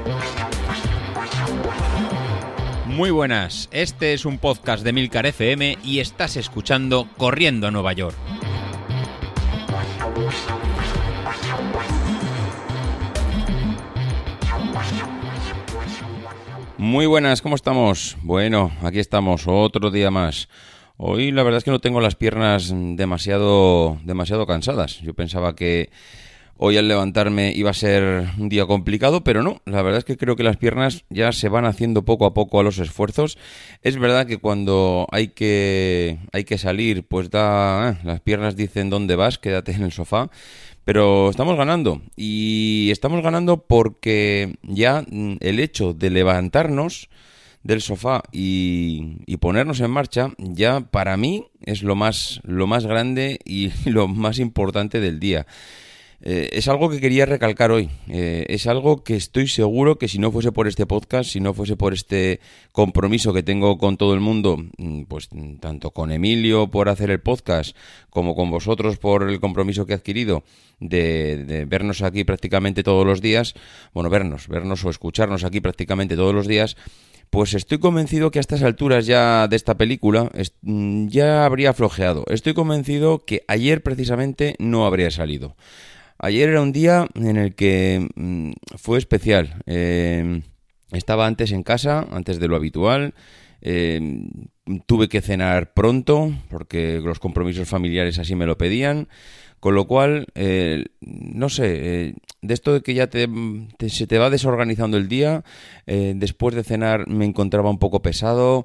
Muy buenas, este es un podcast de Milcar FM y estás escuchando Corriendo a Nueva York. Muy buenas, ¿cómo estamos? Bueno, aquí estamos, otro día más. Hoy la verdad es que no tengo las piernas demasiado cansadas. Yo pensaba que hoy al levantarme iba a ser un día complicado, pero no. La verdad es que creo que las piernas ya se van haciendo poco a poco a los esfuerzos. Es verdad que cuando hay que salir, pues las piernas dicen ¿dónde vas? Quédate en el sofá. Pero estamos ganando. Y estamos ganando porque ya el hecho de levantarnos del sofá y ponernos en marcha, ya para mí es lo más grande y lo más importante del día. Es algo que quería recalcar hoy. Es algo que estoy seguro que si no fuese por este podcast, si no fuese por este compromiso que tengo con todo el mundo, pues tanto con Emilio por hacer el podcast, como con vosotros por el compromiso que he adquirido de vernos aquí prácticamente todos los días, bueno, vernos o escucharnos aquí prácticamente todos los días, pues estoy convencido que a estas alturas ya de esta película ya habría flojeado. Estoy convencido que ayer precisamente no habría salido. Ayer era un día en el que fue especial. Estaba antes en casa, antes de lo habitual. Tuve que cenar pronto porque los compromisos familiares así me lo pedían. Con lo cual, no sé, de esto de que ya se te va desorganizando el día, después de cenar me encontraba un poco pesado,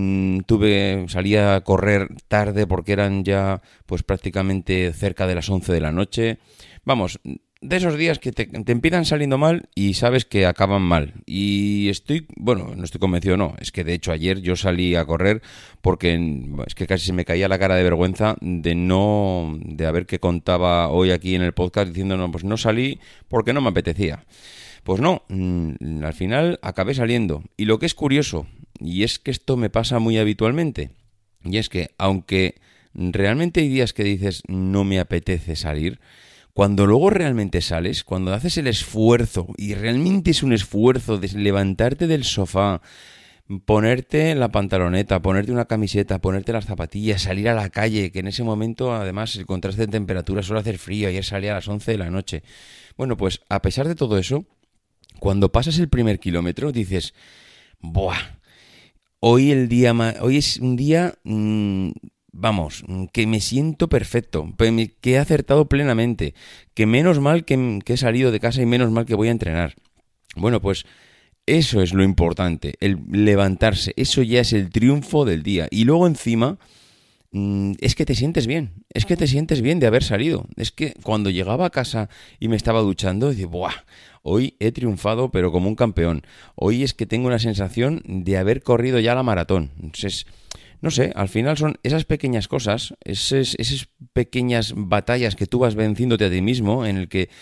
salía a correr tarde porque eran ya pues prácticamente cerca de las 11 de la noche. Vamos, de esos días que te empiezan saliendo mal y sabes que acaban mal. Y no estoy convencido, no. Es que de hecho ayer yo salí a correr porque es que casi se me caía la cara de vergüenza de haber que contaba hoy aquí en el podcast diciendo, no, pues no salí porque no me apetecía. Pues no, al final acabé saliendo. Y lo que es curioso, y es que esto me pasa muy habitualmente, y es que aunque realmente hay días que dices no me apetece salir, cuando luego realmente sales, cuando haces el esfuerzo, y realmente es un esfuerzo de levantarte del sofá, ponerte la pantaloneta, ponerte una camiseta, ponerte las zapatillas, salir a la calle, que en ese momento además el contraste de temperatura suele hacer frío, ayer salí a las 11 de la noche. Bueno, pues a pesar de todo eso, cuando pasas el primer kilómetro dices, ¡buah! Hoy es un día... Vamos, que me siento perfecto, que he acertado plenamente, que menos mal que he salido de casa y menos mal que voy a entrenar. Bueno, pues eso es lo importante, el levantarse, eso ya es el triunfo del día. Y luego encima, es que te sientes bien de haber salido. Es que cuando llegaba a casa y me estaba duchando, decía, ¡buah! Hoy he triunfado pero como un campeón. Hoy es que tengo una sensación de haber corrido ya la maratón. Entonces, no sé, al final son esas pequeñas cosas, esas pequeñas batallas que tú vas venciéndote a ti mismo, en el que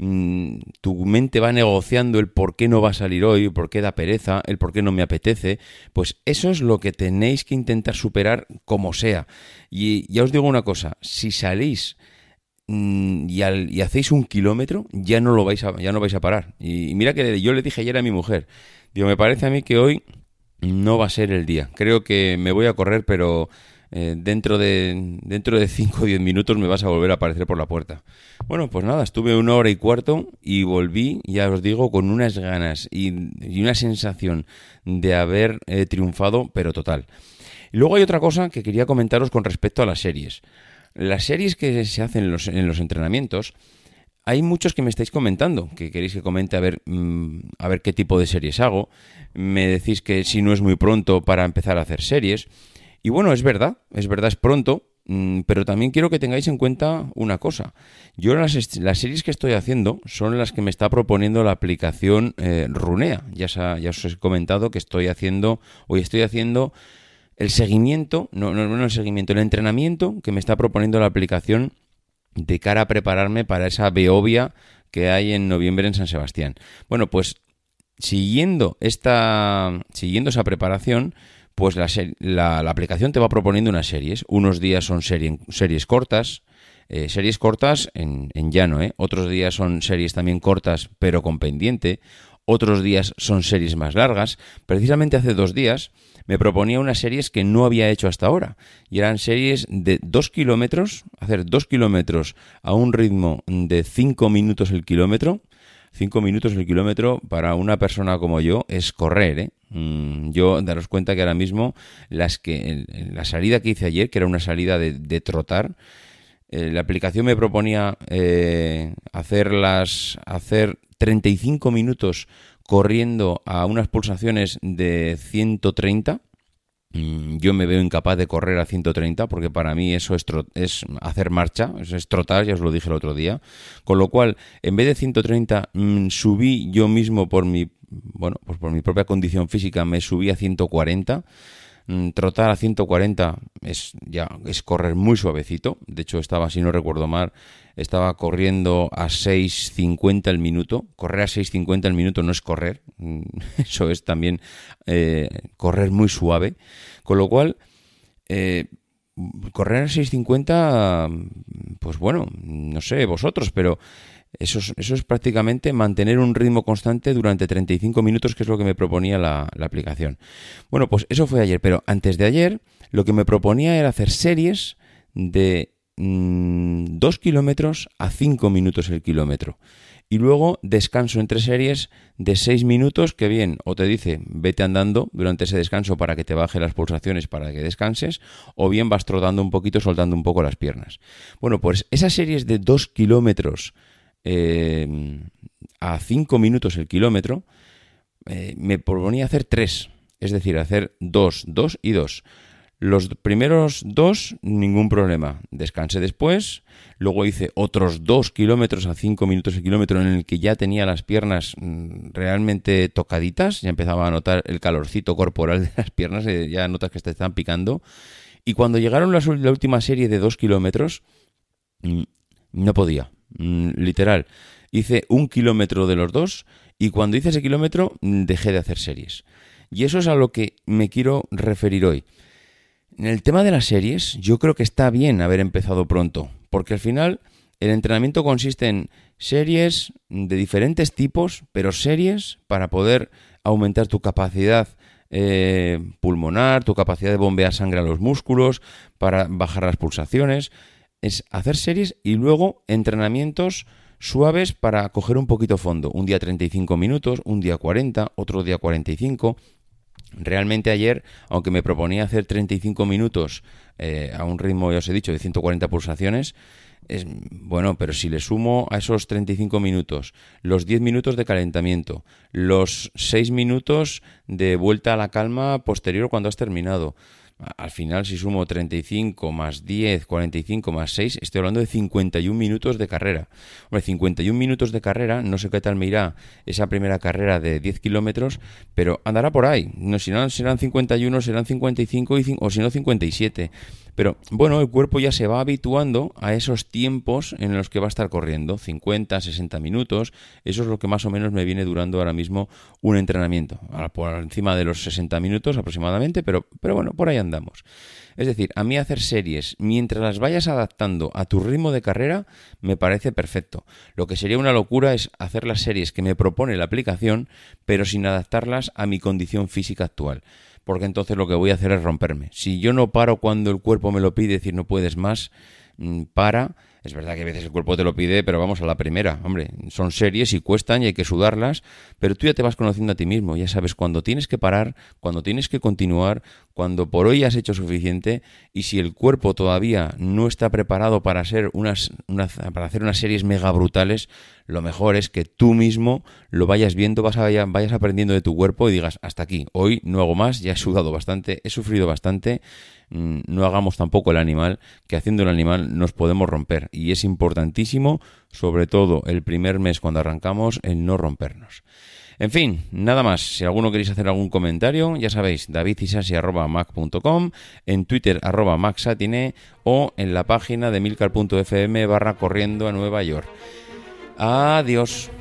tu mente va negociando el por qué no va a salir hoy, el por qué da pereza, el por qué no me apetece. Pues eso es lo que tenéis que intentar superar como sea. Y ya os digo una cosa, si salís y hacéis 1 kilómetro, ya no vais a parar. Y mira que yo le dije ayer a mi mujer, digo, me parece a mí que hoy no va a ser el día. Creo que me voy a correr, pero dentro de 5 o 10 minutos me vas a volver a aparecer por la puerta. Bueno, pues nada, estuve 1 hora y cuarto y volví, ya os digo, con unas ganas y una sensación de haber triunfado, pero total. Y luego hay otra cosa que quería comentaros con respecto a las series. Las series que se hacen en los entrenamientos, hay muchos que me estáis comentando, que queréis que comente a ver qué tipo de series hago. Me decís que si no es muy pronto para empezar a hacer series. Y bueno, es verdad, es pronto, pero también quiero que tengáis en cuenta una cosa. Yo las series que estoy haciendo son las que me está proponiendo la aplicación Runea. Ya os he comentado que estoy haciendo el seguimiento, no el seguimiento, el entrenamiento que me está proponiendo la aplicación de cara a prepararme para esa Beovia que hay en noviembre en San Sebastián. Bueno, pues siguiendo esa preparación, pues la aplicación te va proponiendo unas series. Unos días son series cortas, en llano, Otros días son series también cortas, pero con pendiente. otros días son series más largas. Precisamente hace 2 días me proponía unas series que no había hecho hasta ahora, y eran series de 2 kilómetros, hacer 2 kilómetros a un ritmo de 5 minutos el kilómetro. 5 minutos el kilómetro para una persona como yo es correr, ¿eh? Yo, daros cuenta que ahora mismo la salida que hice ayer, que era una salida de trotar, la aplicación me proponía hacer 35 minutos corriendo a unas pulsaciones de 130. Yo me veo incapaz de correr a 130 porque para mí eso es hacer marcha, es trotar, ya os lo dije el otro día. Con lo cual, en vez de 130, subí yo mismo por mi propia condición física, me subí a 140. Trotar a 140 es correr muy suavecito. De hecho, si no recuerdo mal, estaba corriendo a 6.50 el minuto. Correr a 6.50 el minuto no es correr. Eso es también correr muy suave. Con lo cual, correr a 6.50, pues bueno, no sé vosotros, pero eso es prácticamente mantener un ritmo constante durante 35 minutos, que es lo que me proponía la aplicación. Bueno, pues eso fue ayer, pero antes de ayer lo que me proponía era hacer series de 2 kilómetros a 5 minutos el kilómetro. Y luego descanso entre series de 6 minutos, que bien, o te dice, vete andando durante ese descanso para que te baje las pulsaciones para que descanses, o bien vas trotando un poquito, soltando un poco las piernas. Bueno, pues esas series de 2 kilómetros a 5 minutos el kilómetro, me proponía hacer 3, es decir, hacer 2, 2 y 2. Los primeros 2, ningún problema. Descansé después, luego hice otros 2 kilómetros a 5 minutos el kilómetro en el que ya tenía las piernas realmente tocaditas, ya empezaba a notar el calorcito corporal de las piernas, ya notas que te están picando. Y cuando llegaron la última serie de 2 kilómetros, no podía, literal. Hice 1 kilómetro de los 2 y cuando hice ese kilómetro dejé de hacer series. Y eso es a lo que me quiero referir hoy. En el tema de las series, yo creo que está bien haber empezado pronto, porque al final el entrenamiento consiste en series de diferentes tipos, pero series para poder aumentar tu capacidad pulmonar, tu capacidad de bombear sangre a los músculos, para bajar las pulsaciones. Es hacer series y luego entrenamientos suaves para coger un poquito fondo. Un día 35 minutos, un día 40, otro día 45. Realmente ayer, aunque me proponía hacer 35 minutos a un ritmo, ya os he dicho, de 140 pulsaciones, es bueno, pero si le sumo a esos 35 minutos los 10 minutos de calentamiento, los 6 minutos de vuelta a la calma posterior cuando has terminado, al final si sumo 35 más 10, 45 más 6, estoy hablando de 51 minutos de carrera. Hombre, 51 minutos de carrera, no sé qué tal me irá esa primera carrera de 10 kilómetros, pero andará por ahí. No, si no serán 51, serán 55 o si no 57. Pero bueno, el cuerpo ya se va habituando a esos tiempos en los que va a estar corriendo, 50, 60 minutos. Eso es lo que más o menos me viene durando ahora mismo un entrenamiento. Por encima de los 60 minutos aproximadamente, pero bueno, por ahí andamos. Es decir, a mí hacer series mientras las vayas adaptando a tu ritmo de carrera me parece perfecto. Lo que sería una locura es hacer las series que me propone la aplicación, pero sin adaptarlas a mi condición física actual. Porque entonces lo que voy a hacer es romperme. Si yo no paro cuando el cuerpo me lo pide, decir no puedes más, para. Es verdad que a veces el cuerpo te lo pide, pero vamos a la primera. Hombre, son series y cuestan y hay que sudarlas, pero tú ya te vas conociendo a ti mismo. Ya sabes cuándo tienes que parar, cuándo tienes que continuar, cuando por hoy has hecho suficiente, y si el cuerpo todavía no está preparado para hacer para hacer unas series mega brutales, lo mejor es que tú mismo lo vayas viendo, vayas aprendiendo de tu cuerpo y digas, hasta aquí, hoy no hago más, ya he sudado bastante, he sufrido bastante. No hagamos tampoco el animal, que haciendo el animal nos podemos romper, y es importantísimo, sobre todo el primer mes cuando arrancamos, el no rompernos. En fin, nada más. Si alguno queréis hacer algún comentario, ya sabéis, davidisasi@mac.com, en Twitter @macsatine o en la página de milcar.fm/corriendo a Nueva York. Adiós.